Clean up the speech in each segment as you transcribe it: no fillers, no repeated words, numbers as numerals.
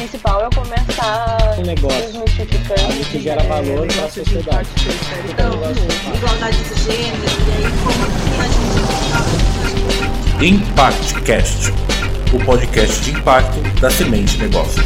principal é começar um negócio desmistificando algo que gera valor para a sociedade. Então, igualdade de gênero, e aí como que a gente... ImpactCast, o podcast de impacto da Semente Negócios.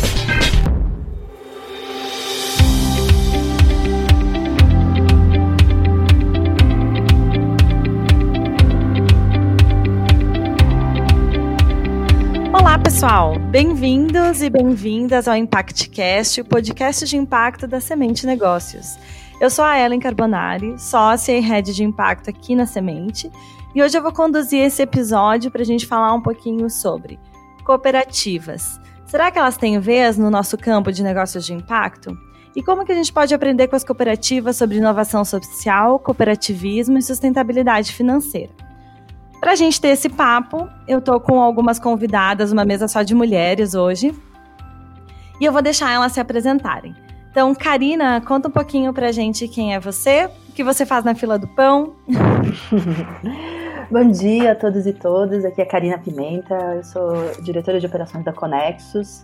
Olá, pessoal! Bem-vindos e bem-vindas ao ImpactCast, o podcast de impacto da Semente Negócios. Eu sou a Ellen Carbonari, sócia e head de impacto aqui na Semente, e hoje eu vou conduzir esse episódio para a gente falar um pouquinho sobre cooperativas. Será que elas têm vez no nosso campo de negócios de impacto? E como que a gente pode aprender com as cooperativas sobre inovação social, cooperativismo e sustentabilidade financeira? Para a gente ter esse papo, eu estou com algumas convidadas, uma mesa só de mulheres hoje, e eu vou deixar elas se apresentarem. Então, Karina, conta um pouquinho para a gente quem é você, o que você faz na fila do pão. Bom dia a todos e todas, aqui é a Karina Pimenta, eu sou diretora de operações da Conexus.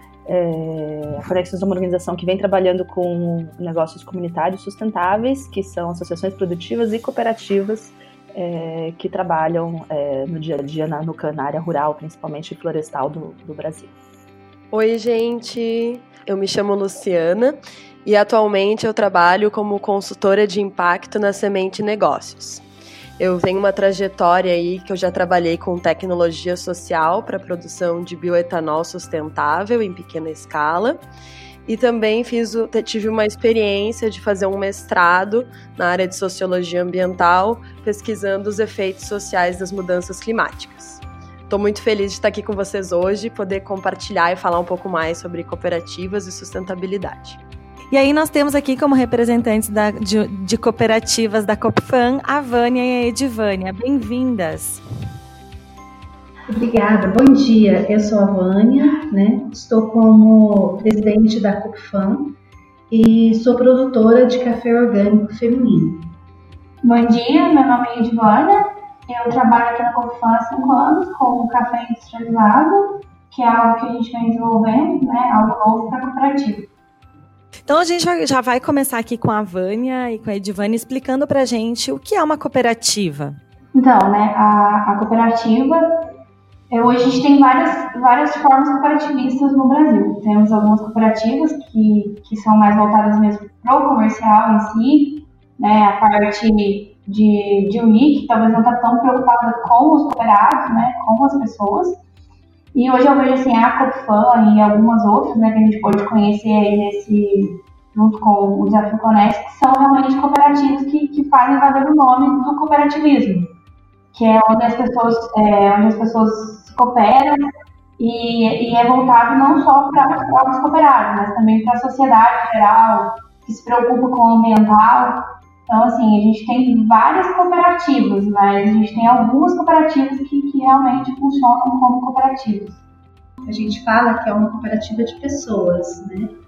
A Conexus é uma organização que vem trabalhando com negócios comunitários sustentáveis, que são associações produtivas e cooperativas que trabalham no dia a dia na área rural, principalmente florestal do Brasil. Oi, gente! Eu me chamo Luciana e atualmente eu trabalho como consultora de impacto na Semente Negócios. Eu tenho uma trajetória aí que eu já trabalhei com tecnologia social para a produção de bioetanol sustentável em pequena escala. E também tive uma experiência de fazer um mestrado na área de sociologia ambiental, pesquisando os efeitos sociais das mudanças climáticas. Estou muito feliz de estar aqui com vocês hoje, poder compartilhar e falar um pouco mais sobre cooperativas e sustentabilidade. E aí nós temos aqui como representantes de cooperativas da Copfam, a Vânia e a Edivânia. Bem-vindas! Obrigada, bom dia. Eu sou a Vânia, Estou como presidente da Copfam e sou produtora de café orgânico feminino. Bom dia, meu nome é Edivânia. Eu trabalho aqui na Copfam há 5 anos com café industrializado, que é algo que a gente vem desenvolvendo, algo novo para a cooperativa. Então a gente já vai começar aqui com a Vânia e com a Edivânia explicando para a gente o que é uma cooperativa. Então, a cooperativa... Hoje a gente tem várias formas cooperativistas no Brasil. Temos algumas cooperativas que são mais voltadas mesmo para o comercial em si, a parte de unir, que talvez não está tão preocupada com os cooperados, com as pessoas. E hoje eu vejo assim, a Copfam e algumas outras, que a gente pode conhecer aí junto com o Desafio Conecta, que são realmente cooperativas que fazem valer o nome do cooperativismo, que é onde as pessoas se cooperam e é voltado não só para os próprios cooperados, mas também para a sociedade em geral, que se preocupa com o ambiental. Então, assim, a gente tem várias cooperativas, mas a gente tem algumas cooperativas que realmente funcionam como cooperativas. A gente fala que é uma cooperativa de pessoas,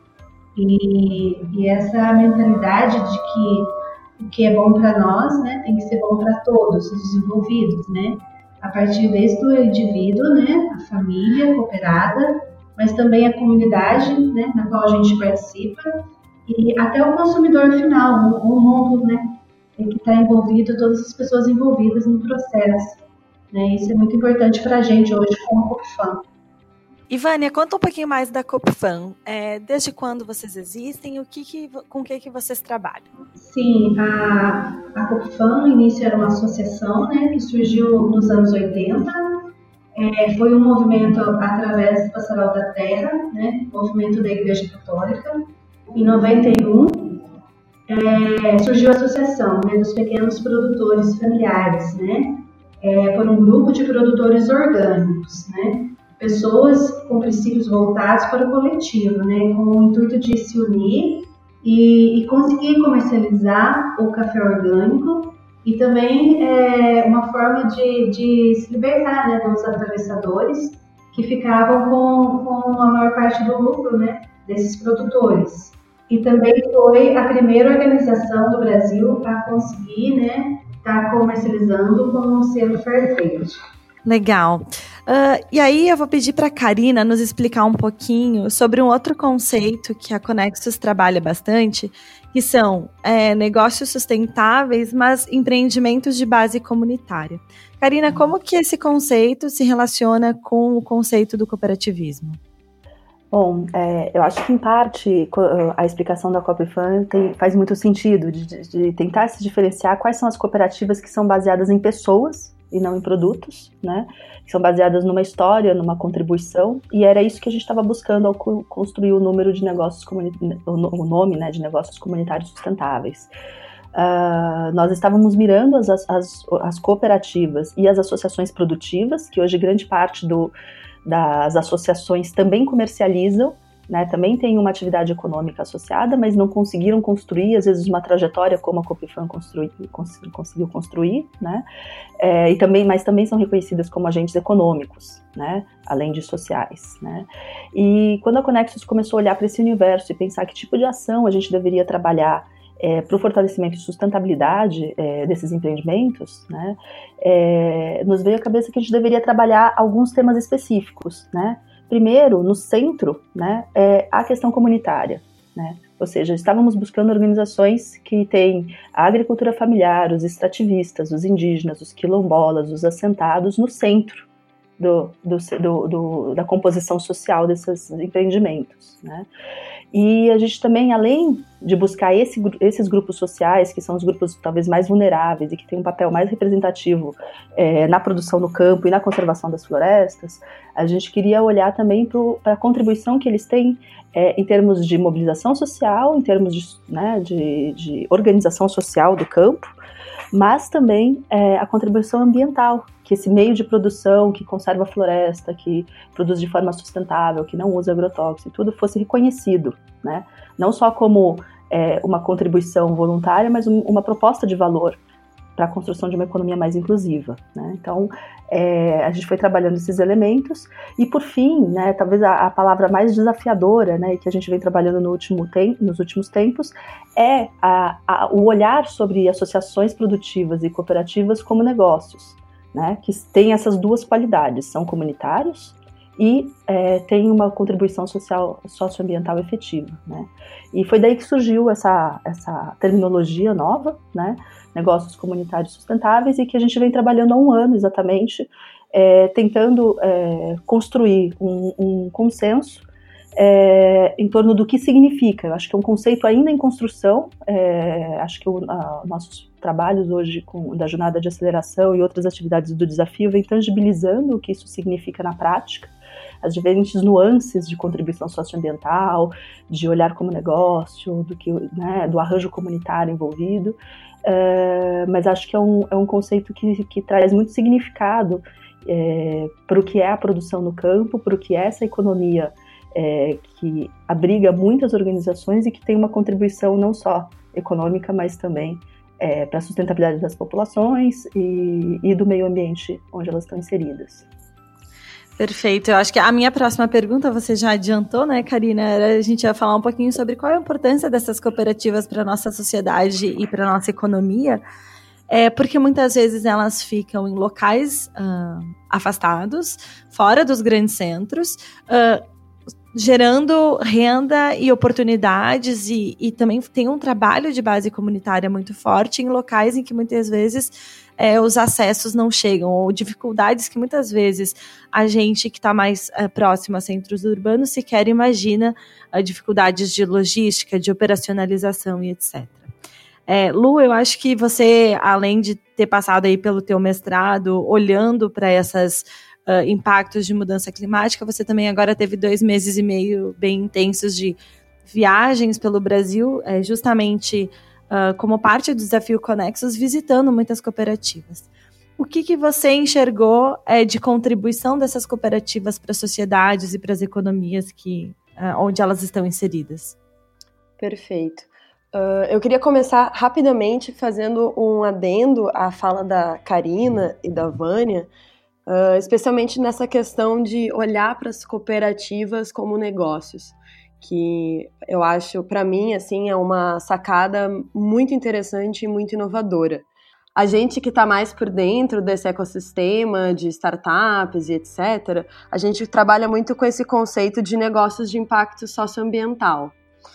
E essa mentalidade de que o que é bom para nós, tem que ser bom para todos os envolvidos, A partir desde o indivíduo, a família cooperada, mas também a comunidade, na qual a gente participa, e até o consumidor final, o mundo, que está envolvido, todas as pessoas envolvidas no processo, Isso é muito importante para a gente hoje como Copfam. E Vânia, conta um pouquinho mais da Copfam. Desde quando vocês existem e com o que vocês trabalham? Sim, a Copfam no início era uma associação, que surgiu nos anos 80. Foi um movimento através do Pastoral da Terra, movimento da Igreja Católica. Em 91, surgiu a associação dos pequenos produtores familiares, Por um grupo de produtores orgânicos, Pessoas com princípios voltados para o coletivo, com o intuito de se unir e conseguir comercializar o café orgânico e também uma forma de se libertar dos atravessadores que ficavam com a maior parte do lucro desses produtores. E também foi a primeira organização do Brasil a conseguir estar comercializando com o selo Fairtrade. Legal. E aí eu vou pedir para a Karina nos explicar um pouquinho sobre um outro conceito que a Conexus trabalha bastante, que são negócios sustentáveis, mas empreendimentos de base comunitária. Karina, como que esse conceito se relaciona com o conceito do cooperativismo? Bom, eu acho que em parte a explicação da Cooperfan faz muito sentido de tentar se diferenciar quais são as cooperativas que são baseadas em pessoas e não em produtos, né? Que são baseadas numa história, numa contribuição, e era isso que a gente estava buscando ao construir o número de negócios o nome, né, de negócios comunitários sustentáveis. Nós estávamos mirando as cooperativas e as associações produtivas, que hoje grande parte das associações também comercializam, né, também tem uma atividade econômica associada, mas não conseguiram construir, às vezes, uma trajetória como a Cooperfan conseguiu construir, né, mas também são reconhecidas como agentes econômicos, né, além de sociais, né. E quando a Conexus começou a olhar para esse universo e pensar que tipo de ação a gente deveria trabalhar para o fortalecimento e sustentabilidade desses empreendimentos, né, nos veio à cabeça que a gente deveria trabalhar alguns temas específicos, né. Primeiro, no centro, né, a questão comunitária, né, ou seja, estávamos buscando organizações que têm a agricultura familiar, os extrativistas, os indígenas, os quilombolas, os assentados no centro da composição social desses empreendimentos, né. E a gente também, além de buscar esses grupos sociais, que são os grupos talvez mais vulneráveis e que têm um papel mais representativo na produção no campo e na conservação das florestas, a gente queria olhar também para a contribuição que eles têm em termos de mobilização social, em termos de organização social do campo, mas também a contribuição ambiental, que esse meio de produção que conserva a floresta, que produz de forma sustentável, que não usa agrotóxico e tudo, fosse reconhecido, né? Não só como uma contribuição voluntária, mas uma proposta de valor para a construção de uma economia mais inclusiva, né? Então, a gente foi trabalhando esses elementos e, por fim, né, talvez a palavra mais desafiadora, né, que a gente vem trabalhando nos últimos tempos é o olhar sobre associações produtivas e cooperativas como negócios, né, que tem essas duas qualidades, são comunitários e tem uma contribuição socioambiental efetiva, né? E foi daí que surgiu essa terminologia nova, né? Negócios comunitários sustentáveis, e que a gente vem trabalhando há um ano exatamente, tentando construir um consenso em torno do que significa. Eu acho que é um conceito ainda em construção, acho que nossos trabalhos hoje da jornada de aceleração e outras atividades do desafio vem tangibilizando o que isso significa na prática, as diferentes nuances de contribuição socioambiental, de olhar como negócio, do arranjo comunitário envolvido, mas acho que é um conceito que traz muito significado para o que é a produção no campo, para o que é essa economia que abriga muitas organizações e que tem uma contribuição não só econômica, mas também para a sustentabilidade das populações e do meio ambiente onde elas estão inseridas. Perfeito. Eu acho que a minha próxima pergunta, você já adiantou, né, Karina? A gente ia falar um pouquinho sobre qual é a importância dessas cooperativas para a nossa sociedade e para a nossa economia, porque muitas vezes elas ficam em locais afastados, fora dos grandes centros, gerando renda e oportunidades e também tem um trabalho de base comunitária muito forte em locais em que muitas vezes os acessos não chegam, ou dificuldades que muitas vezes a gente que está mais próximo a centros urbanos sequer imagina, dificuldades de logística, de operacionalização e etc. Lu, eu acho que você, além de ter passado aí pelo teu mestrado, olhando para esses impactos de mudança climática, você também agora teve 2 meses e meio bem intensos de viagens pelo Brasil, justamente como parte do Desafio Conexus, visitando muitas cooperativas. O que você enxergou de contribuição dessas cooperativas para as sociedades e para as economias onde elas estão inseridas? Perfeito. Eu queria começar rapidamente fazendo um adendo à fala da Karina e da Vânia, especialmente nessa questão de olhar para as cooperativas como negócios, que eu acho, para mim, assim, é uma sacada muito interessante e muito inovadora. A gente que está mais por dentro desse ecossistema de startups e etc., a gente trabalha muito com esse conceito de negócios de impacto socioambiental.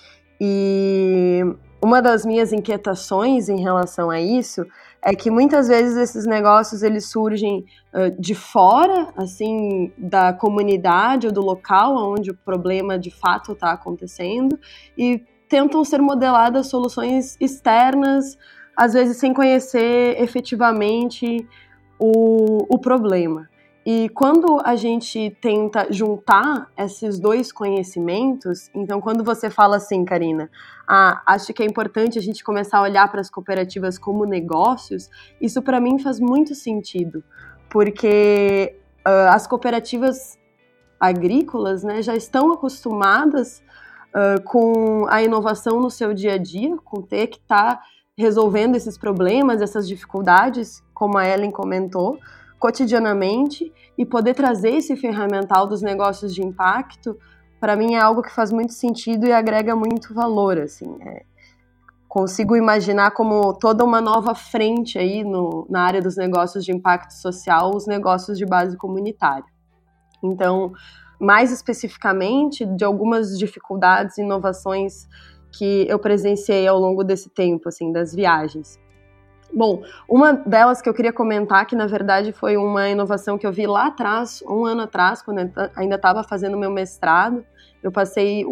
E uma das minhas inquietações em relação a isso é que muitas vezes esses negócios eles surgem de fora, assim, da comunidade ou do local onde o problema de fato está acontecendo e tentam ser modeladas soluções externas, às vezes sem conhecer efetivamente o problema. E quando a gente tenta juntar esses dois conhecimentos, então quando você fala assim, Karina, acho que é importante a gente começar a olhar para as cooperativas como negócios, isso para mim faz muito sentido, porque as cooperativas agrícolas, né, já estão acostumadas com a inovação no seu dia a dia, com ter que estar resolvendo esses problemas, essas dificuldades, como a Ellen comentou, cotidianamente, e poder trazer esse ferramental dos negócios de impacto, para mim é algo que faz muito sentido e agrega muito valor, assim. Consigo imaginar como toda uma nova frente aí na área dos negócios de impacto social, os negócios de base comunitária. Então, mais especificamente, de algumas dificuldades e inovações que eu presenciei ao longo desse tempo, assim, das viagens. Bom, uma delas que eu queria comentar, que na verdade foi uma inovação que eu vi lá atrás, 1 ano atrás, quando eu ainda estava fazendo meu mestrado. Eu passei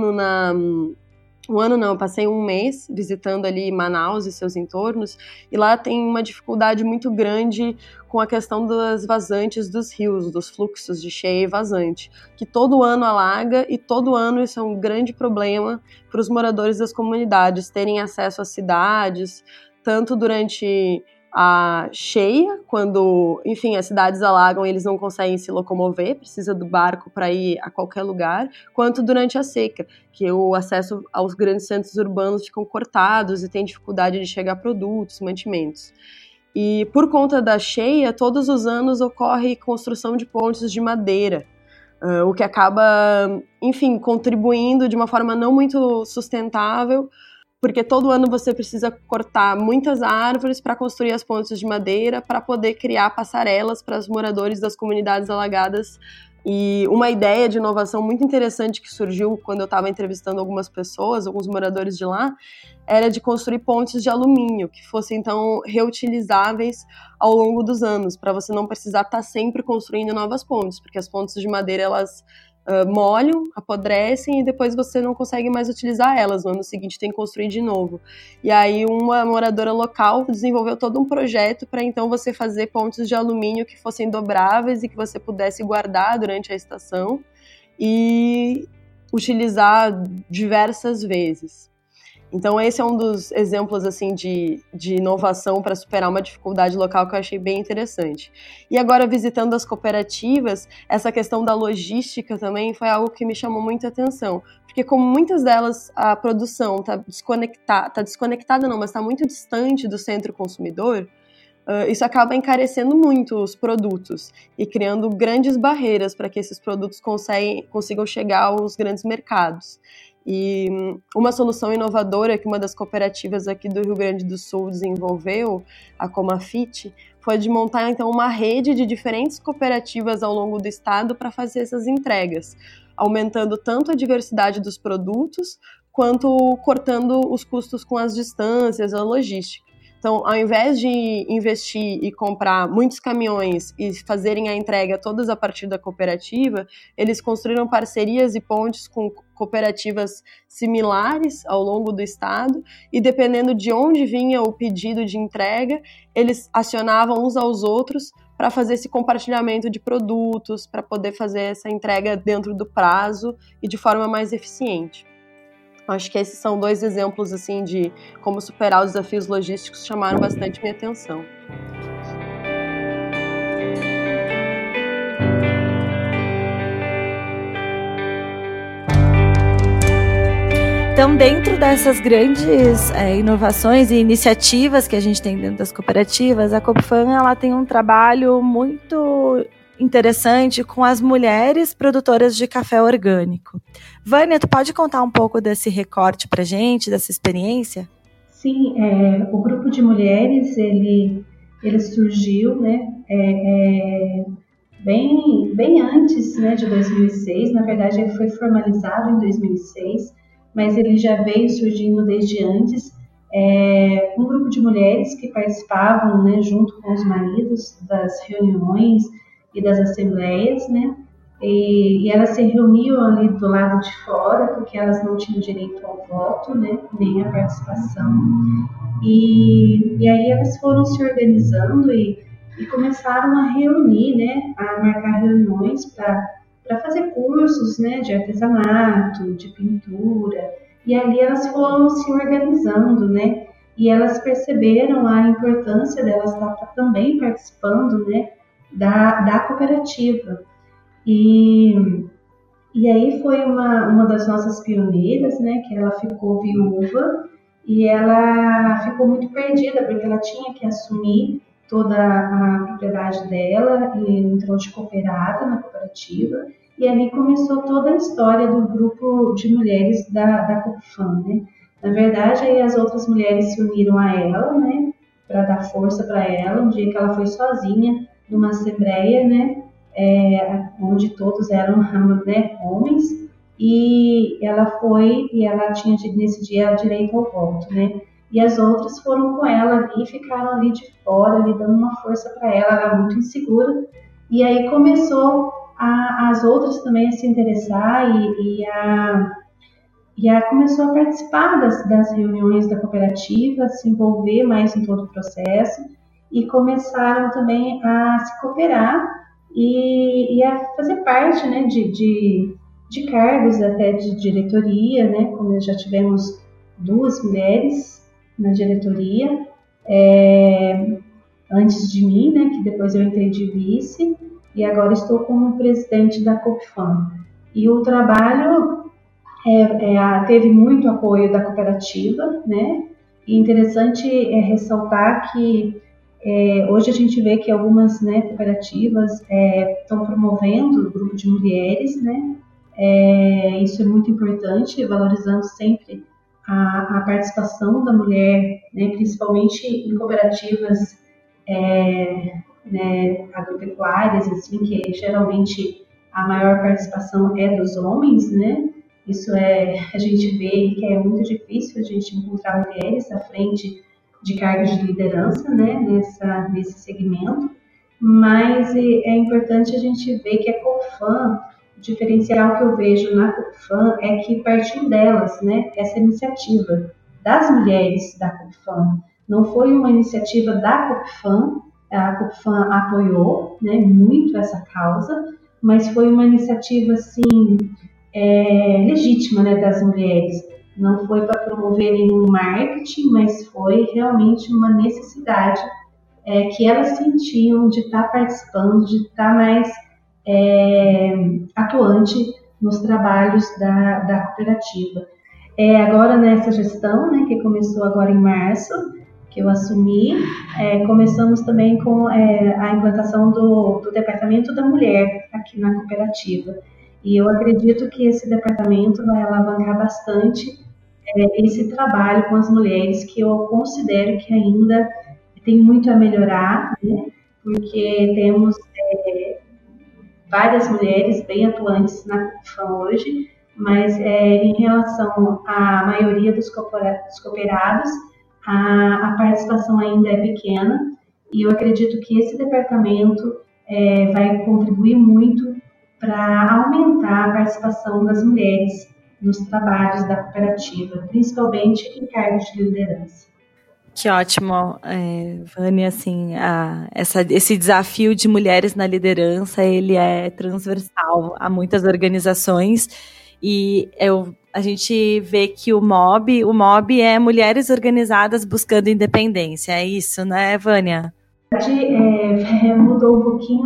eu passei 1 mês visitando ali Manaus e seus entornos, e lá tem uma dificuldade muito grande com a questão das vazantes dos rios, dos fluxos de cheia e vazante, que todo ano alaga, e todo ano isso é um grande problema para os moradores das comunidades terem acesso às cidades, tanto durante a cheia, quando, enfim, as cidades alagam e eles não conseguem se locomover, precisa do barco para ir a qualquer lugar, quanto durante a seca, que o acesso aos grandes centros urbanos ficam cortados e tem dificuldade de chegar a produtos, mantimentos. E por conta da cheia, todos os anos ocorre construção de pontes de madeira, o que acaba, enfim, contribuindo de uma forma não muito sustentável, porque todo ano você precisa cortar muitas árvores para construir as pontes de madeira, para poder criar passarelas para os moradores das comunidades alagadas. E uma ideia de inovação muito interessante que surgiu quando eu estava entrevistando algumas pessoas, alguns moradores de lá, era de construir pontes de alumínio, que fossem então reutilizáveis ao longo dos anos, para você não precisar estar sempre construindo novas pontes, porque as pontes de madeira, elas molham, apodrecem e depois você não consegue mais utilizar elas. No ano seguinte tem que construir de novo. E aí uma moradora local desenvolveu todo um projeto para então você fazer pontes de alumínio que fossem dobráveis e que você pudesse guardar durante a estação e utilizar diversas vezes. Então esse é um dos exemplos assim, de inovação para superar uma dificuldade local que eu achei bem interessante. E agora, visitando as cooperativas, essa questão da logística também foi algo que me chamou muita atenção, porque como muitas delas a produção está desconectada não, mas está muito distante do centro consumidor, isso acaba encarecendo muito os produtos e criando grandes barreiras para que esses produtos consigam chegar aos grandes mercados. E uma solução inovadora que uma das cooperativas aqui do Rio Grande do Sul desenvolveu, a Comafit, foi de montar então uma rede de diferentes cooperativas ao longo do estado para fazer essas entregas, aumentando tanto a diversidade dos produtos quanto cortando os custos com as distâncias, a logística. Então, ao invés de investir e comprar muitos caminhões e fazerem a entrega todas a partir da cooperativa, eles construíram parcerias e pontes com cooperativas similares ao longo do estado e, dependendo de onde vinha o pedido de entrega, eles acionavam uns aos outros para fazer esse compartilhamento de produtos, para poder fazer essa entrega dentro do prazo e de forma mais eficiente. Acho que esses são 2 exemplos assim, de como superar os desafios logísticos que chamaram bastante minha atenção. Então, dentro dessas grandes inovações e iniciativas que a gente tem dentro das cooperativas, a Coopfan ela tem um trabalho muito interessante com as mulheres produtoras de café orgânico. Vânia, tu pode contar um pouco desse recorte pra gente, dessa experiência? Sim, o grupo de mulheres, ele surgiu, né, bem antes, né, de 2006. Na verdade, ele foi formalizado em 2006, mas ele já veio surgindo desde antes. Um grupo de mulheres que participavam, né, junto com os maridos das reuniões e das assembleias, né, e elas se reuniam ali do lado de fora, porque elas não tinham direito ao voto, né, nem à participação. E aí elas foram se organizando e começaram a reunir, né, a marcar reuniões para fazer cursos, né, de artesanato, de pintura. E ali elas foram se organizando, né, e elas perceberam a importância delas estar também participando, né, da cooperativa. E aí foi uma das nossas pioneiras, né, que ela ficou viúva e ela ficou muito perdida, porque ela tinha que assumir toda a propriedade dela e entrou de cooperada na cooperativa. E ali começou toda a história do grupo de mulheres da Copfam, né. Na verdade, aí as outras mulheres se uniram a ela, né, para dar força para ela. Um dia que ela foi sozinha numa assembleia, né, onde todos eram, né, homens, e ela foi, e ela tinha nesse dia direito ao voto, né, e as outras foram com ela ali, ficaram ali de fora, ali dando uma força para ela. Ela era muito insegura, e aí começou as outras também a se interessar começou a participar das reuniões da cooperativa, se envolver mais em todo o processo, e começaram também a se cooperar e a fazer parte, né, de cargos até de diretoria, né, como já tivemos 2 mulheres na diretoria, antes de mim, né, que depois eu entrei de vice, e agora estou como presidente da Copfam. E o trabalho teve muito apoio da cooperativa, né, e interessante ressaltar que hoje a gente vê que algumas, né, cooperativas estão promovendo o grupo de mulheres, né, isso é muito importante, valorizando sempre a participação da mulher, né, principalmente em cooperativas né, agropecuárias, assim, que geralmente a maior participação é dos homens, né. Isso a gente vê que é muito difícil a gente encontrar mulheres à frente de cargos de liderança, né, nesse segmento, mas é importante a gente ver que a Copfam, o diferencial que eu vejo na Copfam é que partiu delas, né, essa iniciativa das mulheres da Copfam. Não foi uma iniciativa da Copfam, a Copfam apoiou, né, muito essa causa, mas foi uma iniciativa, assim, legítima, né, das mulheres. Não foi para promover nenhum marketing, mas foi realmente uma necessidade que elas sentiam de estar participando, de estar mais atuante nos trabalhos da cooperativa. Agora nessa gestão, né, que começou agora em março, que eu assumi, começamos também com a implantação do Departamento da Mulher aqui na cooperativa. E eu acredito que esse departamento vai alavancar bastante esse trabalho com as mulheres, que eu considero que ainda tem muito a melhorar, né? Porque temos várias mulheres bem atuantes na Copfam hoje, mas em relação à maioria dos cooperados, a participação ainda é pequena, e eu acredito que esse departamento vai contribuir muito para aumentar a participação das mulheres nos trabalhos da cooperativa, principalmente em cargos de liderança. Que ótimo, Vânia, assim, esse desafio de mulheres na liderança, ele é transversal a muitas organizações, e a gente vê que o MOB é mulheres organizadas buscando independência, é isso, né, Vânia? Mudou um pouquinho,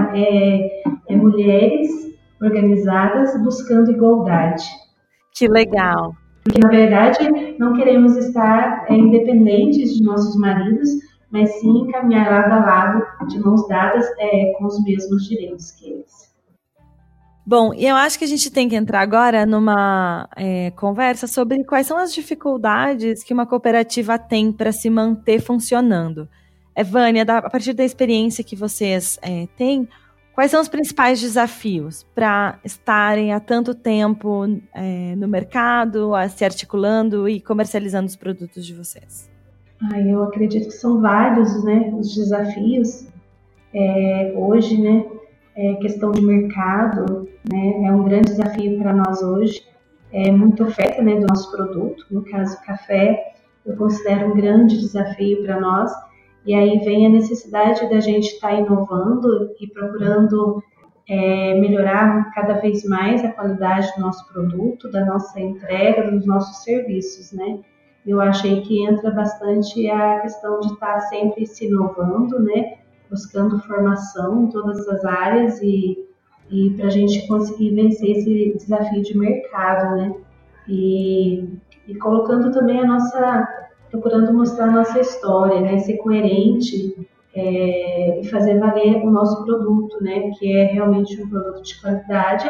mulheres organizadas buscando igualdade. Que legal. Porque, na verdade, não queremos estar independentes de nossos maridos, mas sim caminhar lado a lado, de mãos dadas, com os mesmos direitos que eles. Bom, e eu acho que a gente tem que entrar agora numa conversa sobre quais são as dificuldades que uma cooperativa tem para se manter funcionando. Vânia, a partir da experiência que vocês têm, quais são os principais desafios para estarem há tanto tempo no mercado, se articulando e comercializando os produtos de vocês? Eu acredito que são vários, né, os desafios. Hoje, né, questão de mercado, né, é um grande desafio para nós hoje. Muita oferta, né, do nosso produto, no caso café, eu considero um grande desafio para nós. E aí vem a necessidade da gente estar inovando e procurando melhorar cada vez mais a qualidade do nosso produto, da nossa entrega, dos nossos serviços, né? Eu achei que entra bastante a questão de estar sempre se inovando, né? Buscando formação em todas as áreas e para a gente conseguir vencer esse desafio de mercado, né? E colocando também procurando mostrar a nossa história, né? Ser coerente e fazer valer o nosso produto, né? Que é realmente um produto de qualidade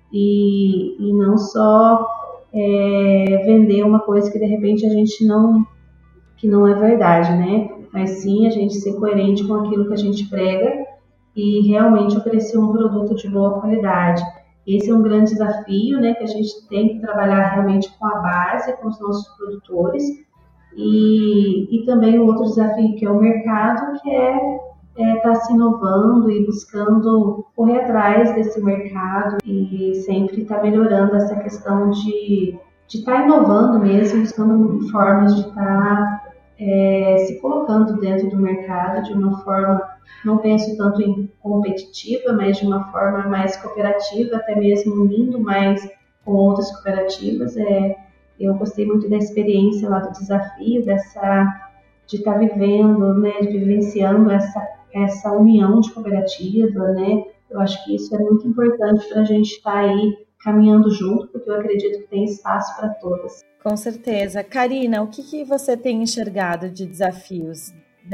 e não só vender uma coisa que de repente a gente que não é verdade, né? Mas sim a gente ser coerente com aquilo que a gente prega e realmente oferecer um produto de boa qualidade. Esse é um grande desafio, né? Que a gente tem que trabalhar realmente com a base, com os nossos produtores. E também o outro desafio que é o mercado, que estar se inovando e buscando correr atrás desse mercado e sempre estar melhorando essa questão de estar inovando mesmo, buscando formas de estar se colocando dentro do mercado de uma forma, não penso tanto em competitiva, mas de uma forma mais cooperativa, até mesmo unindo mais com outras cooperativas. Eu gostei muito da experiência lá do desafio, de estar vivendo, né, de vivenciando essa união de cooperativa, né? Eu acho que isso é muito importante para a gente estar aí caminhando junto, porque eu acredito que tem espaço para todas. Com certeza. Karina, o que você tem enxergado de desafios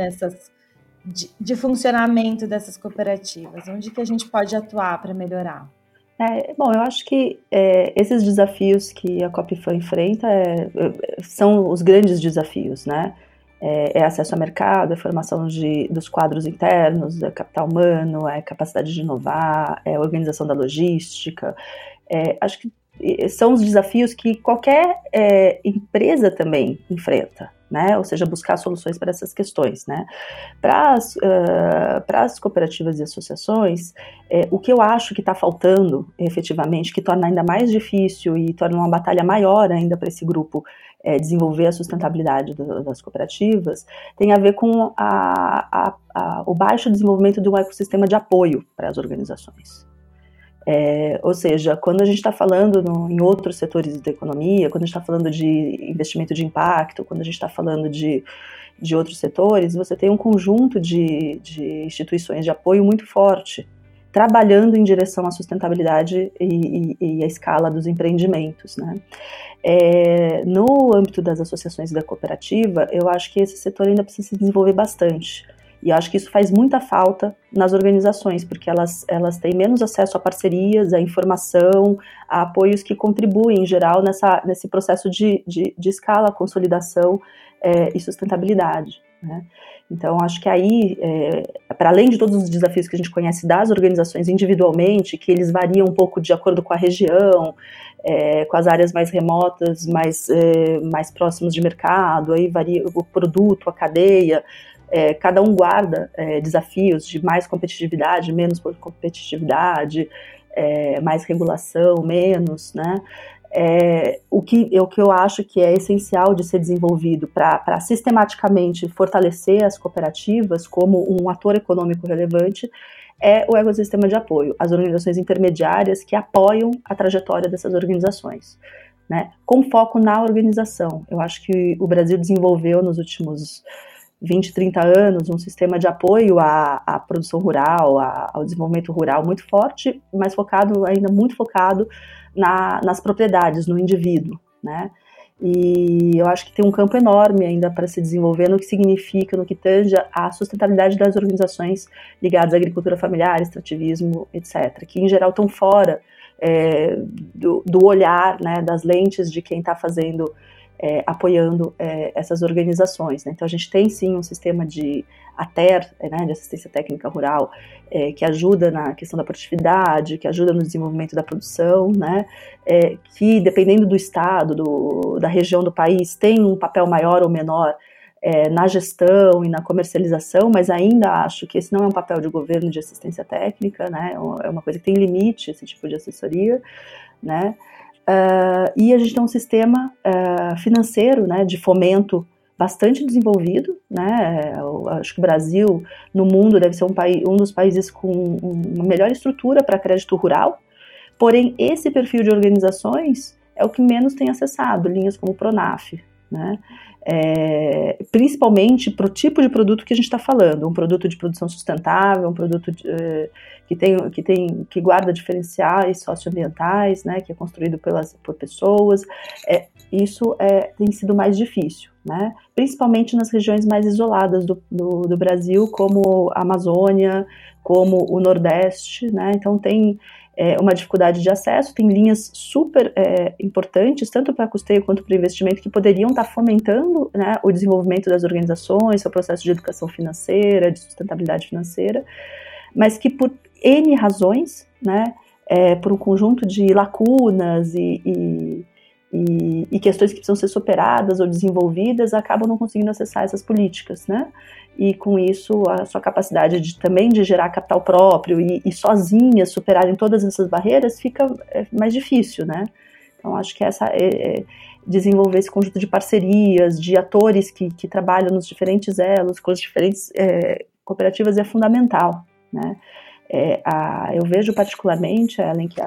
de funcionamento dessas cooperativas? Onde que a gente pode atuar para melhorar? Bom, eu acho que esses desafios que a Copifam enfrenta são os grandes desafios, né? Acesso ao mercado, a formação dos quadros internos, capital humano, capacidade de inovar, organização da logística. Acho que são os desafios que qualquer empresa também enfrenta, né? Ou seja, buscar soluções para essas questões, né? Para as cooperativas e associações, o que eu acho que está faltando, efetivamente, que torna ainda mais difícil e torna uma batalha maior ainda para esse grupo desenvolver a sustentabilidade das cooperativas, tem a ver com o baixo desenvolvimento de um ecossistema de apoio para as organizações. Ou seja, quando a gente está falando em outros setores da economia, quando a gente está falando de investimento de impacto, quando a gente está falando de outros setores, você tem um conjunto de instituições de apoio muito forte, trabalhando em direção à sustentabilidade e à escala dos empreendimentos, né? No âmbito das associações da cooperativa, eu acho que esse setor ainda precisa se desenvolver bastante. E eu acho que isso faz muita falta nas organizações, porque elas têm menos acesso a parcerias, a informação, a apoios que contribuem, em geral, nesse processo de escala, consolidação e sustentabilidade, né? Então, acho que aí, para além de todos os desafios que a gente conhece das organizações individualmente, que eles variam um pouco de acordo com a região, com as áreas mais remotas, mais próximos de mercado, aí varia o produto, a cadeia. Cada um guarda desafios de mais competitividade, menos competitividade, mais regulação, menos, né? O que eu acho que é essencial de ser desenvolvido para sistematicamente fortalecer as cooperativas como um ator econômico relevante é o ecossistema de apoio, as organizações intermediárias que apoiam a trajetória dessas organizações, né? Com foco na organização. Eu acho que o Brasil desenvolveu nos últimos 20, 30 anos, um sistema de apoio à produção rural, ao desenvolvimento rural muito forte, mas ainda muito focado nas propriedades, no indivíduo, né? E eu acho que tem um campo enorme ainda para se desenvolver no que significa, no que tange a sustentabilidade das organizações ligadas à agricultura familiar, extrativismo, etc., que em geral estão fora do olhar, né, das lentes de quem está apoiando essas organizações, né? Então a gente tem sim um sistema de ATER, né, de assistência técnica rural, que ajuda na questão da produtividade, que ajuda no desenvolvimento da produção, né, que dependendo do estado, da região do país, tem um papel maior ou menor na gestão e na comercialização, mas ainda acho que esse não é um papel de governo de assistência técnica, né, é uma coisa que tem limite, esse tipo de assessoria, né, e a gente tem um sistema financeiro, né, de fomento bastante desenvolvido, né, acho que o Brasil, no mundo, deve ser um dos países com uma melhor estrutura para crédito rural, porém, esse perfil de organizações é o que menos tem acessado, linhas como o Pronaf, né, principalmente para o tipo de produto que a gente está falando, um produto de produção sustentável, um produto que guarda diferenciais socioambientais, né, que é construído por pessoas, isso tem sido mais difícil, né, principalmente nas regiões mais isoladas do Brasil, como a Amazônia, como o Nordeste, né, então tem uma dificuldade de acesso, tem linhas super importantes, tanto para custeio quanto para investimento, que poderiam estar fomentando, né, o desenvolvimento das organizações, o processo de educação financeira, de sustentabilidade financeira, mas que por N razões, né, por um conjunto de lacunas e questões que precisam ser superadas ou desenvolvidas, acabam não conseguindo acessar essas políticas, né? E com isso a sua capacidade também de gerar capital próprio e sozinhas superarem todas essas barreiras fica mais difícil, né? Então acho que desenvolver esse conjunto de parcerias, de atores que trabalham nos diferentes elos, com as diferentes cooperativas é fundamental, né? Eu vejo particularmente, Ellen, que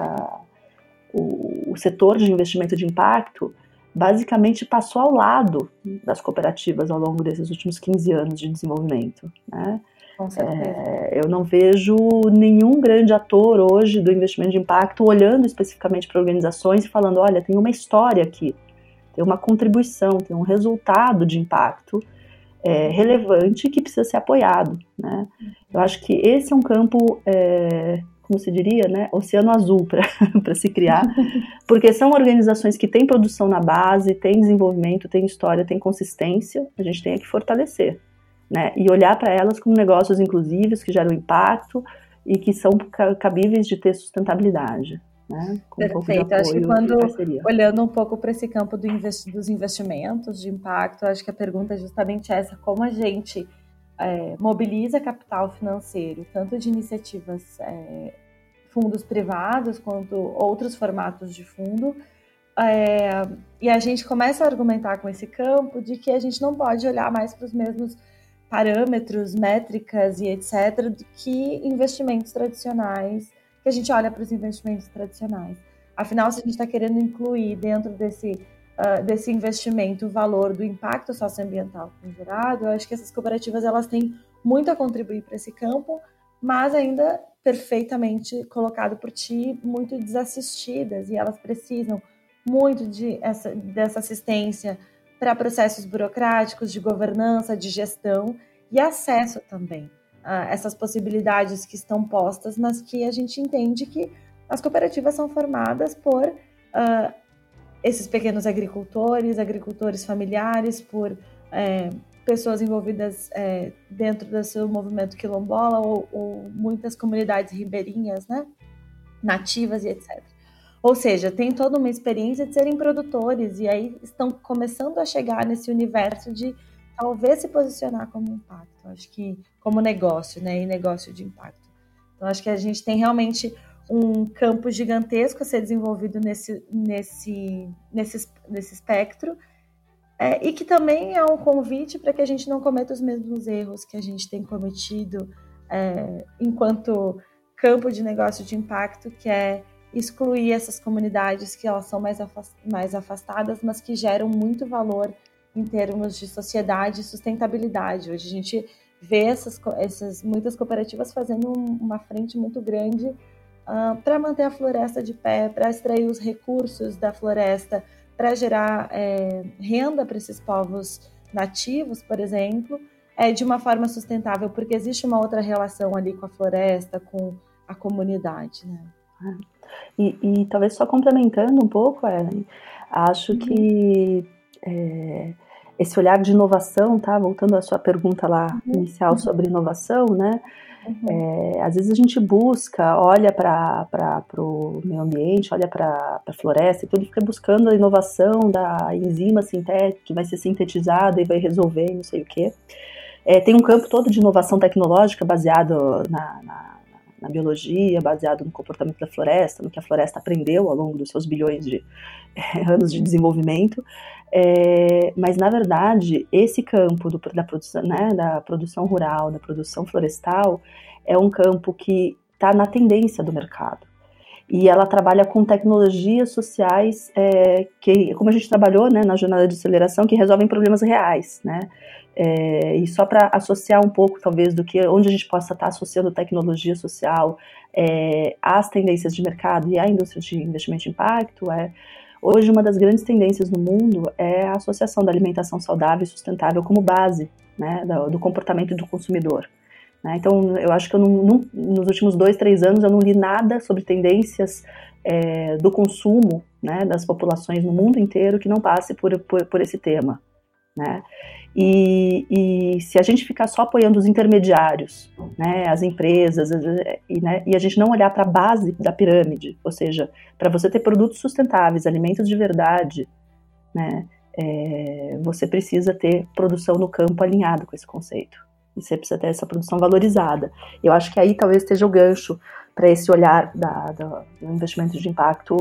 o setor de investimento de impacto basicamente passou ao lado das cooperativas ao longo desses últimos 15 anos de desenvolvimento, né? Com certeza. Eu não vejo nenhum grande ator hoje do investimento de impacto olhando especificamente para organizações e falando, olha, tem uma história aqui, tem uma contribuição, tem um resultado de impacto relevante que precisa ser apoiado, né? Eu acho que esse é um campo, como se diria, né, oceano azul para se criar, porque são organizações que têm produção na base, têm desenvolvimento, têm história, têm consistência, a gente tem que fortalecer, né, e olhar para elas como negócios inclusivos que geram impacto e que são cabíveis de ter sustentabilidade, né, com um pouco de apoio. Acho que quando, olhando um pouco para esse campo dos investimentos de impacto, acho que a pergunta é justamente essa, como a gente mobiliza capital financeiro, tanto de iniciativas, fundos privados, quanto outros formatos de fundo, e a gente começa a argumentar com esse campo de que a gente não pode olhar mais para os mesmos parâmetros, métricas e etc., do que investimentos tradicionais, que a gente olha para os investimentos tradicionais. Afinal, se a gente está querendo incluir dentro desse investimento o valor do impacto socioambiental que é gerado, eu acho que essas cooperativas elas têm muito a contribuir para esse campo, mas ainda perfeitamente colocado por ti, muito desassistidas, e elas precisam muito dessa assistência para processos burocráticos, de governança, de gestão e acesso também a essas possibilidades que estão postas, mas que a gente entende que as cooperativas são formadas por esses pequenos agricultores familiares, por pessoas envolvidas dentro do seu movimento quilombola ou muitas comunidades ribeirinhas, né, nativas e etc. Ou seja, tem toda uma experiência de serem produtores e aí estão começando a chegar nesse universo de talvez se posicionar como impacto, acho que como negócio, né, e negócio de impacto. Então acho que a gente tem realmente um campo gigantesco a ser desenvolvido nesse espectro, e que também é um convite para que a gente não cometa os mesmos erros que a gente tem cometido enquanto campo de negócio de impacto, que é excluir essas comunidades que elas são mais afastadas, mas que geram muito valor em termos de sociedade e sustentabilidade. Hoje a gente vê muitas cooperativas fazendo uma frente muito grande para manter a floresta de pé, para extrair os recursos da floresta, para gerar renda para esses povos nativos, por exemplo, de uma forma sustentável, porque existe uma outra relação ali com a floresta, com a comunidade, né? E talvez só complementando um pouco, Ellen, acho que esse olhar de inovação, tá? Voltando à sua pergunta lá inicial sobre inovação, né? Às vezes a gente olha para o meio ambiente, olha para a floresta e tudo, fica buscando a inovação da enzima sintética que vai ser sintetizada e vai resolver não sei o quê. Tem um campo todo de inovação tecnológica baseado na biologia, baseado no comportamento da floresta, no que a floresta aprendeu ao longo dos seus bilhões de anos de desenvolvimento. Mas, na verdade, esse campo da produção, né, da produção rural, da produção florestal, é um campo que está na tendência do mercado. E ela trabalha com tecnologias sociais que, como a gente trabalhou, né, na jornada de aceleração, que resolvem problemas reais, né? E só para associar um pouco, talvez, onde a gente possa estar associando tecnologia social às tendências de mercado e à indústria de investimento de impacto, hoje uma das grandes tendências no mundo é a associação da alimentação saudável e sustentável como base, né, do comportamento do consumidor. Né? Então, eu acho que nos últimos 2-3 anos eu não li nada sobre tendências do consumo, né, das populações no mundo inteiro que não passe por esse tema. Né? E se a gente ficar só apoiando os intermediários, né, as empresas, né, e a gente não olhar para a base da pirâmide, ou seja, para você ter produtos sustentáveis, alimentos de verdade, né, você precisa ter produção no campo alinhada com esse conceito. E você precisa ter essa produção valorizada. Eu acho que aí talvez esteja o gancho para esse olhar do investimento de impacto,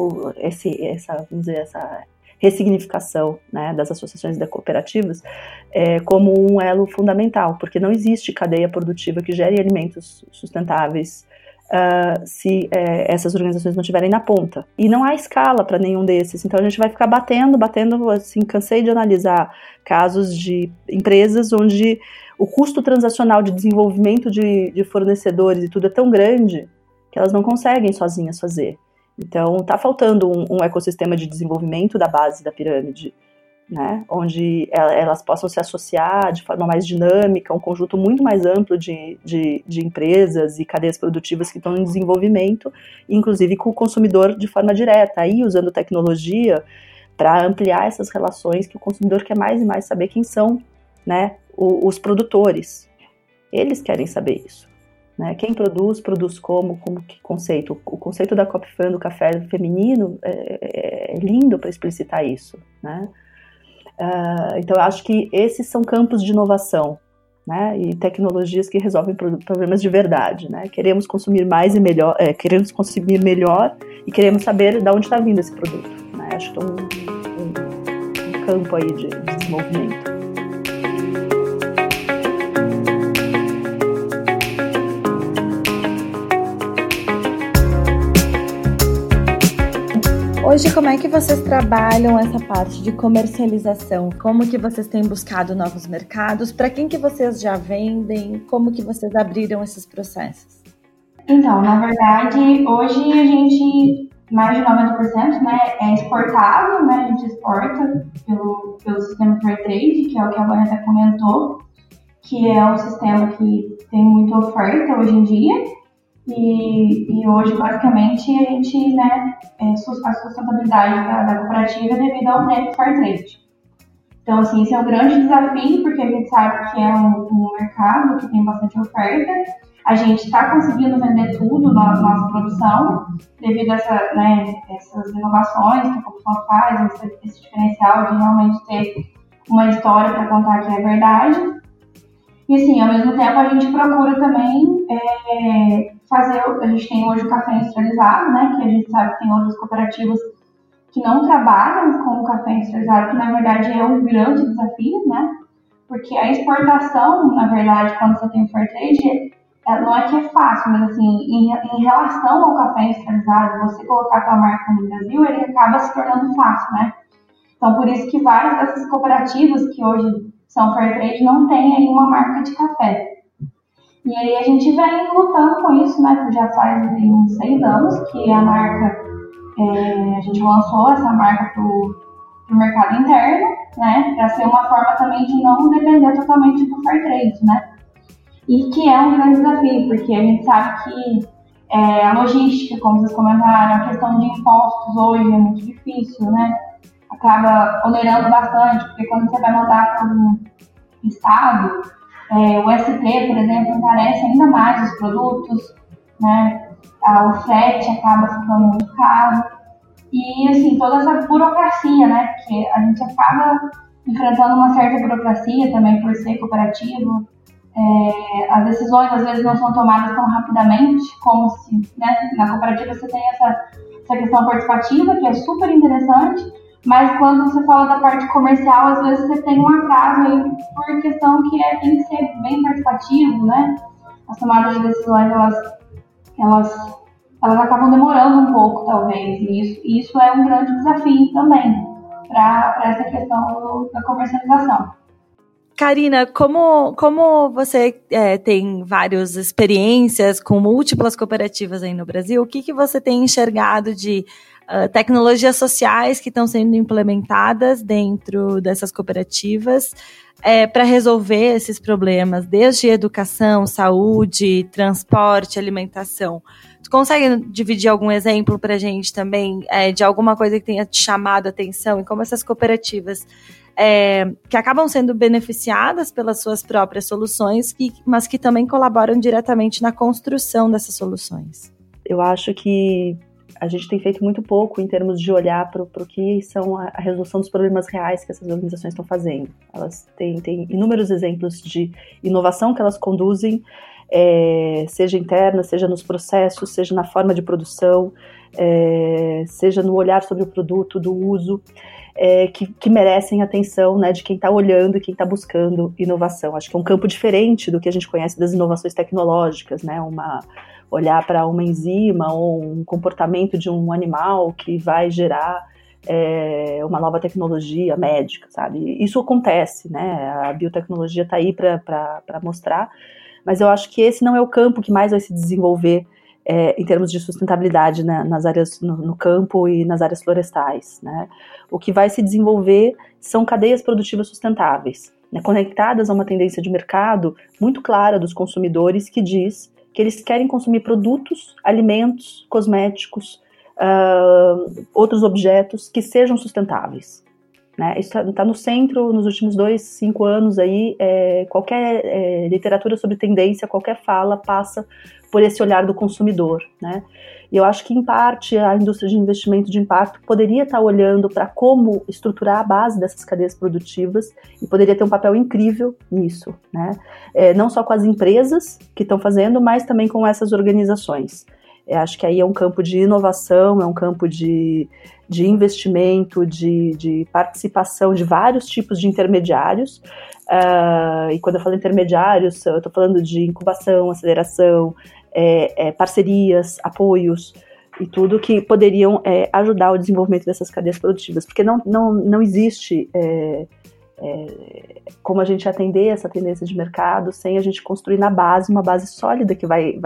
essa ressignificação, né, das associações e das cooperativas como um elo fundamental, porque não existe cadeia produtiva que gere alimentos sustentáveis se essas organizações não estiverem na ponta. E não há escala para nenhum desses, então a gente vai ficar batendo, assim, cansei de analisar casos de empresas onde o custo transacional de desenvolvimento de fornecedores e tudo é tão grande que elas não conseguem sozinhas fazer. Então, está faltando um ecossistema de desenvolvimento da base da pirâmide, né, onde elas possam se associar de forma mais dinâmica, um conjunto muito mais amplo de empresas e cadeias produtivas que estão em desenvolvimento, inclusive com o consumidor de forma direta, aí usando tecnologia para ampliar essas relações que o consumidor quer mais e mais saber quem são, né, os produtores. Eles querem saber isso. Né? Quem produz como que conceito? O conceito da CopFan, do café feminino, é lindo para explicitar isso. Né? Então, eu acho que esses são campos de inovação, né? E tecnologias que resolvem problemas de verdade. Né? Queremos consumir mais e melhor, queremos consumir melhor e queremos saber de onde está vindo esse produto. Né? Acho que é um campo aí de desenvolvimento. Hoje, como é que vocês trabalham essa parte de comercialização? Como que vocês têm buscado novos mercados? Para quem que vocês já vendem? Como que vocês abriram esses processos? Então, na verdade, hoje a gente, mais de 90%, né, é exportável, né? A gente exporta pelo sistema Fair Trade, que é o que a Vanessa comentou, que é um sistema que tem muita oferta hoje em dia. E hoje, basicamente, a gente, né, a sustentabilidade da cooperativa é devido ao prêmio Fair Trade. Então, assim, esse é um grande desafio, porque a gente sabe que é um mercado que tem bastante oferta. A gente está conseguindo vender tudo na nossa produção, devido a essas inovações que a Copfan faz, esse diferencial de realmente ter uma história para contar que é verdade. E, assim, ao mesmo tempo, a gente procura também a gente tem hoje o café industrializado, né, que a gente sabe que tem outras cooperativas que não trabalham com o café industrializado, que na verdade é um grande desafio, né, porque a exportação, na verdade, quando você tem o Fair Trade, não é que é fácil, mas assim, em relação ao café industrializado, você colocar a sua marca no Brasil, ele acaba se tornando fácil, né. Então, por isso que várias dessas cooperativas que hoje são Fair Trade não têm aí uma marca de café. E aí a gente vem lutando com isso, né? Já faz uns 6 anos que a marca, a gente lançou essa marca pro mercado interno, né? Para ser uma forma também de não depender totalmente do Fair Trade, né? E que é um grande desafio, porque a gente sabe que A logística, como vocês comentaram, a questão de impostos hoje é muito difícil, né? Acaba onerando bastante, porque quando você vai mandar para um estado, o ST, por exemplo, encarece ainda mais os produtos, né? O frete acaba ficando muito caro. E, assim, toda essa burocracia, né? Porque a gente acaba enfrentando uma certa burocracia também por ser cooperativo. As decisões, às vezes, não são tomadas tão rapidamente, como se, né, na cooperativa você tem essa questão participativa, que é super interessante, mas quando você fala da parte comercial, às vezes você tem um atraso aí por questão que tem que ser bem participativo, né? As tomadas de decisões, elas acabam demorando um pouco, talvez, e isso é um grande desafio também para essa questão da comercialização. Karina, como você tem várias experiências com múltiplas cooperativas aí no Brasil, o que você tem enxergado de tecnologias sociais que estão sendo implementadas dentro dessas cooperativas para resolver esses problemas, desde educação, saúde, transporte, alimentação? Tu consegue dividir algum exemplo para a gente também de alguma coisa que tenha te chamado a atenção e como essas cooperativas que acabam sendo beneficiadas pelas suas próprias soluções, mas que também colaboram diretamente na construção dessas soluções? Eu acho que a gente tem feito muito pouco em termos de olhar para o que são a resolução dos problemas reais que essas organizações estão fazendo. Elas têm inúmeros exemplos de inovação que elas conduzem, seja interna, seja nos processos, seja na forma de produção, seja no olhar sobre o produto, do uso, que merecem atenção, né, de quem está olhando e quem está buscando inovação. Acho que é um campo diferente do que a gente conhece das inovações tecnológicas, né, olhar para uma enzima ou um comportamento de um animal que vai gerar uma nova tecnologia médica, sabe? Isso acontece, né? A biotecnologia está aí para mostrar, mas eu acho que esse não é o campo que mais vai se desenvolver em termos de sustentabilidade, né, nas áreas no campo e nas áreas florestais, né? O que vai se desenvolver são cadeias produtivas sustentáveis, né, conectadas a uma tendência de mercado muito clara dos consumidores que diz que eles querem consumir produtos, alimentos, cosméticos, outros objetos que sejam sustentáveis, né? Isso está no centro, nos últimos 5 anos aí, qualquer literatura sobre tendência, qualquer fala passa por esse olhar do consumidor, né? E eu acho que, em parte, a indústria de investimento de impacto poderia estar olhando para como estruturar a base dessas cadeias produtivas e poderia ter um papel incrível nisso, né? Não só com as empresas que estão fazendo, mas também com essas organizações. Acho que aí é um campo de inovação, é um campo de investimento, de participação de vários tipos de intermediários. E quando eu falo intermediários, eu estou falando de incubação, aceleração, parcerias, apoios e tudo que poderiam ajudar o desenvolvimento dessas cadeias produtivas, porque não existe como a gente atender essa tendência de mercado sem a gente construir na base uma base sólida que vai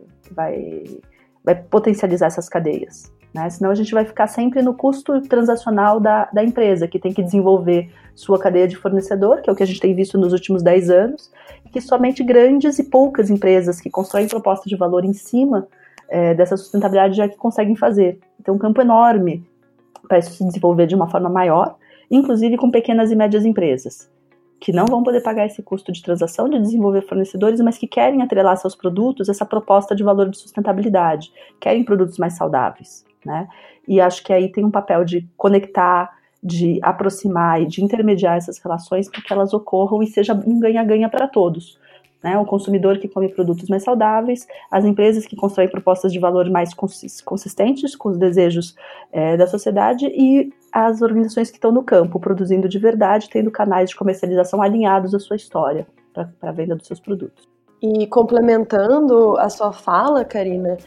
potencializar essas cadeias, né? Senão a gente vai ficar sempre no custo transacional da empresa, que tem que desenvolver sua cadeia de fornecedor, que é o que a gente tem visto nos últimos 10 anos, e que somente grandes e poucas empresas que constroem proposta de valor em cima dessa sustentabilidade já que conseguem fazer. Então, um campo enorme para isso se desenvolver de uma forma maior, inclusive com pequenas e médias empresas, que não vão poder pagar esse custo de transação, de desenvolver fornecedores, mas que querem atrelar seus produtos essa proposta de valor de sustentabilidade, querem produtos mais saudáveis, né? E acho que aí tem um papel de conectar, de aproximar e de intermediar essas relações para que elas ocorram e seja um ganha-ganha para todos, né? O consumidor que come produtos mais saudáveis, as empresas que constroem propostas de valor mais consistentes com os desejos da sociedade e as organizações que estão no campo, produzindo de verdade, tendo canais de comercialização alinhados à sua história para a venda dos seus produtos. E complementando a sua fala, Karina,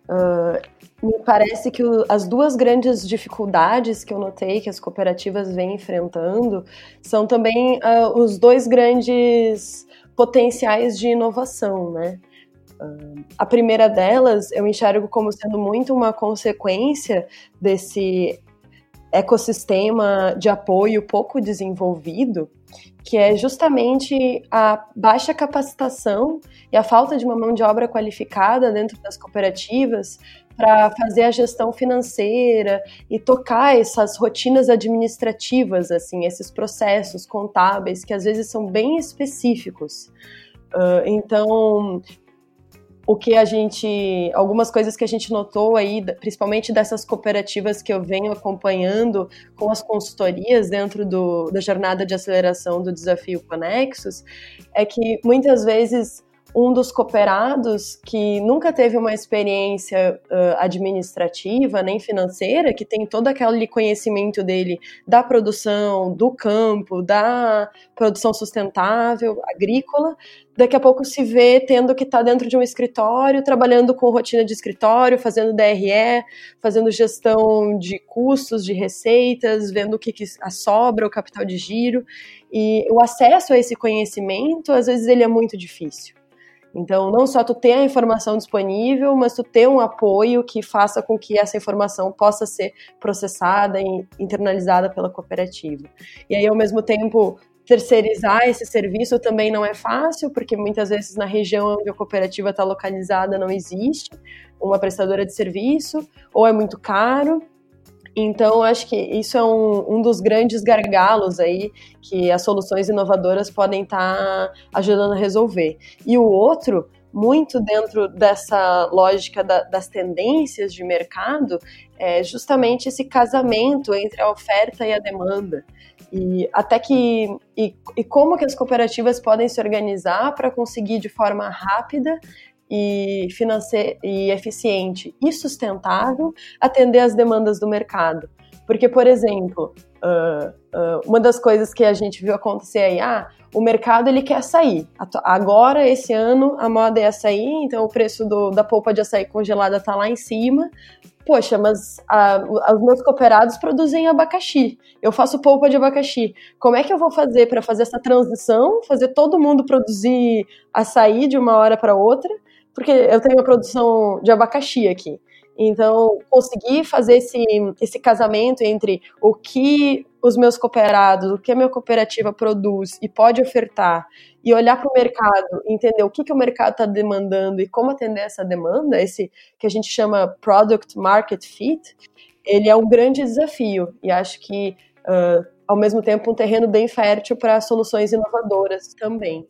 me parece que as duas grandes dificuldades que eu notei que as cooperativas vêm enfrentando são também os dois grandes potenciais de inovação, né? A primeira delas eu enxergo como sendo muito uma consequência desse ecossistema de apoio pouco desenvolvido, que é justamente a baixa capacitação e a falta de uma mão de obra qualificada dentro das cooperativas para fazer a gestão financeira e tocar essas rotinas administrativas, assim, esses processos contábeis que às vezes são bem específicos. Então, algumas coisas que a gente notou aí, principalmente dessas cooperativas que eu venho acompanhando com as consultorias dentro da jornada de aceleração do Desafio Conexus, é que muitas vezes um dos cooperados que nunca teve uma experiência administrativa nem financeira, que tem todo aquele conhecimento dele da produção, do campo, da produção sustentável, agrícola, daqui a pouco se vê tendo que estar dentro de um escritório, trabalhando com rotina de escritório, fazendo DRE, fazendo gestão de custos, de receitas, vendo o que sobra, o capital de giro. E o acesso a esse conhecimento, às vezes, ele é muito difícil. Então, não só tu ter a informação disponível, mas tu ter um apoio que faça com que essa informação possa ser processada e internalizada pela cooperativa. E aí, ao mesmo tempo, terceirizar esse serviço também não é fácil, porque muitas vezes na região onde a cooperativa está localizada não existe uma prestadora de serviço, ou é muito caro. Então, acho que isso é um dos grandes gargalos aí que as soluções inovadoras podem estar ajudando a resolver. E o outro, muito dentro dessa lógica das tendências de mercado, é justamente esse casamento entre a oferta e a demanda. E como que as cooperativas podem se organizar para conseguir de forma rápida e financeira e eficiente e sustentável atender às demandas do mercado. Porque, por exemplo, uma das coisas que a gente viu acontecer aí, o mercado ele quer açaí. Agora, esse ano, a moda é açaí, então o preço da polpa de açaí congelada está lá em cima. Poxa, mas os meus cooperados produzem abacaxi. Eu faço polpa de abacaxi. Como é que eu vou fazer para fazer essa transição, fazer todo mundo produzir açaí de uma hora para outra? Porque eu tenho a produção de abacaxi aqui. Então, conseguir fazer esse casamento entre o que os meus cooperados, o que a minha cooperativa produz e pode ofertar, e olhar para o mercado, entender o que o mercado está demandando e como atender essa demanda, esse que a gente chama Product Market Fit, ele é um grande desafio. E acho que, ao mesmo tempo, um terreno bem fértil para soluções inovadoras também.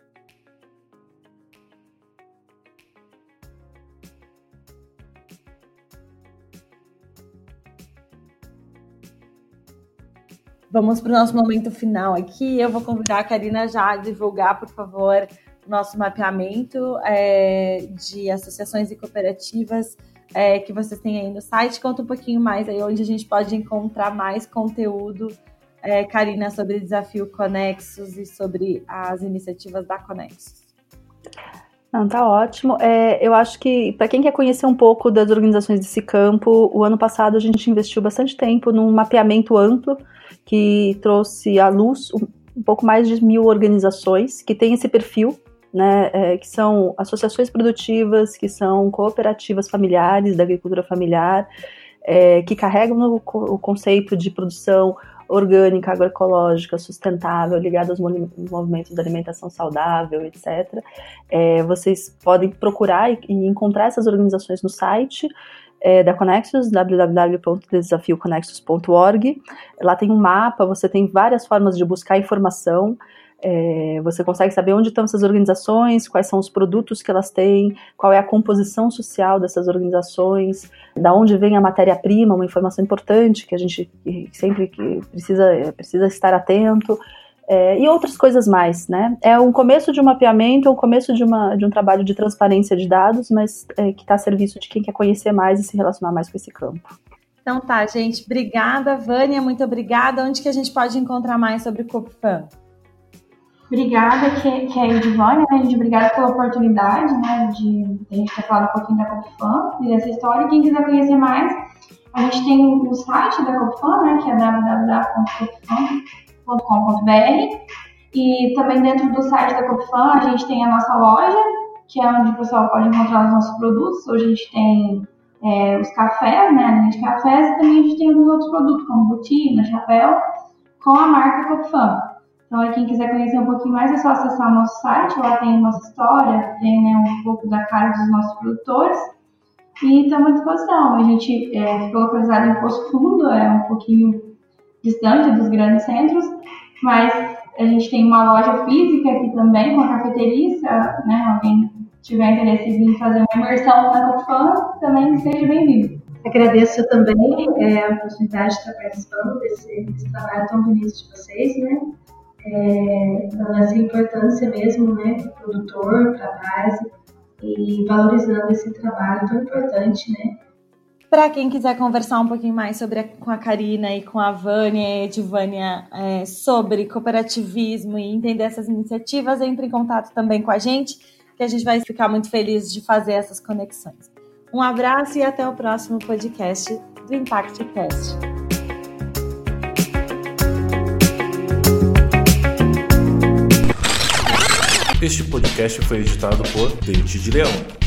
Vamos para o nosso momento final aqui. Eu vou convidar a Karina já a divulgar, por favor, o nosso mapeamento de associações e cooperativas que vocês têm aí no site. Conta um pouquinho mais aí onde a gente pode encontrar mais conteúdo, Karina, sobre o Desafio Conexus e sobre as iniciativas da Conexus. Não, tá ótimo. Eu acho que, para quem quer conhecer um pouco das organizações desse campo, o ano passado a gente investiu bastante tempo num mapeamento amplo que trouxe à luz um pouco mais de 1.000 organizações que têm esse perfil, né, que são associações produtivas, que são cooperativas familiares da agricultura familiar, que carregam o conceito de produção orgânica, agroecológica, sustentável, ligada aos movimentos da alimentação saudável, etc. Vocês podem procurar e encontrar essas organizações no site da Conexus, www.desafioconexus.org. Lá tem um mapa, você tem várias formas de buscar informação, você consegue saber onde estão essas organizações, quais são os produtos que elas têm, qual é a composição social dessas organizações, da onde vem a matéria-prima, uma informação importante que a gente sempre precisa estar atento, e outras coisas mais, né? É um começo de um mapeamento, é um começo de um trabalho de transparência de dados, mas que está a serviço de quem quer conhecer mais e se relacionar mais com esse campo. Então tá, gente. Obrigada, Vânia, muito obrigada. Onde que a gente pode encontrar mais sobre o CoopFan? Obrigada, que é a Edivânia, né, gente? Obrigada pela oportunidade, né, de a gente ter falado um pouquinho da CoopFan e dessa história. Quem quiser conhecer mais, a gente tem o site da CoopFan, né, que é www.coopfan.com.br, e também dentro do site da CoopFan a gente tem a nossa loja, que é onde o pessoal pode encontrar os nossos produtos. Hoje a gente tem os cafés, né, a linha de cafés, e também a gente tem alguns outros produtos, como botina, chapéu, com a marca Copfam. Então, quem quiser conhecer um pouquinho mais, é só acessar o nosso site, lá tem nossa história, tem, né, um pouco da cara dos nossos produtores, e estamos à disposição. A gente fica localizado em Poço Fundo, é um pouquinho distante dos grandes centros, mas a gente tem uma loja física aqui também, com a cafeteria, se, né, alguém tiver interesse em fazer uma imersão na Copfam, também seja bem-vindo. Agradeço também a oportunidade de estar participando desse trabalho tão bonito de vocês, né? Dando essa importância mesmo, né, para o produtor, para a base, e valorizando esse trabalho tão importante, né? Para quem quiser conversar um pouquinho mais com a Karina e com a Vânia e a Edvânia sobre cooperativismo e entender essas iniciativas, entre em contato também com a gente, que a gente vai ficar muito feliz de fazer essas conexões. Um abraço e até o próximo podcast do ImpactCast. Este podcast foi editado por Dente de Leão.